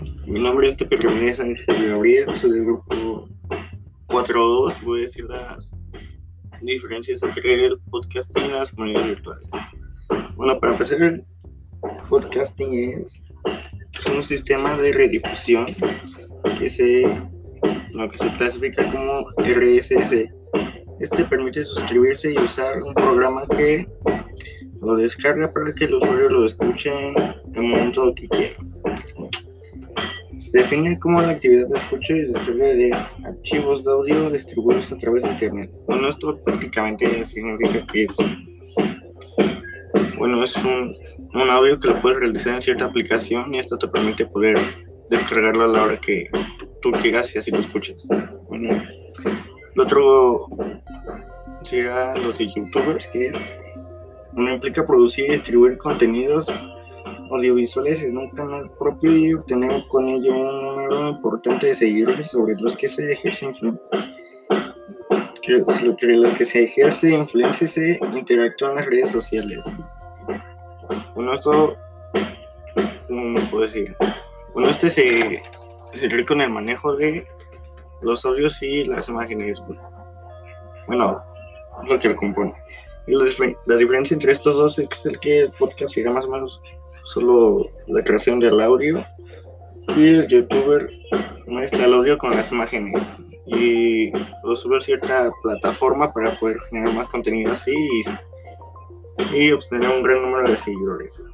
Mi nombre es Tepe Ramírez Ángel Gabriel, soy del grupo 4.2. Voy a decir las diferencias entre el podcasting y las comunidades virtuales. Bueno, para empezar, el podcasting es un sistema de redifusión que se clasifica como RSS. Este permite suscribirse y usar un programa que lo descarga para que el usuario lo escuche en el momento que quiera. Se define como la actividad de escucha y descarga de archivos de audio distribuidos a través de Internet. Bueno, esto prácticamente significa que es un audio que lo puedes realizar en cierta aplicación y esto te permite poder descargarlo a la hora que tú quieras y así lo escuchas. Bueno, lo otro sería los de YouTubers, que implica producir y distribuir contenidos audiovisuales en un canal propio y obtener con ello un número importante de seguidores sobre los que se ejerce influencia y se interactúa en las redes sociales. Bueno, esto, ¿cómo puedo decir? Bueno, se requiere con el manejo de los audios y las imágenes. Bueno, lo que lo compone. Y la diferencia entre estos dos es el que el podcast será más o menos solo la creación del audio y el youtuber mezcla el audio con las imágenes y lo sube a cierta plataforma para poder generar más contenido así y obtener un gran número de seguidores.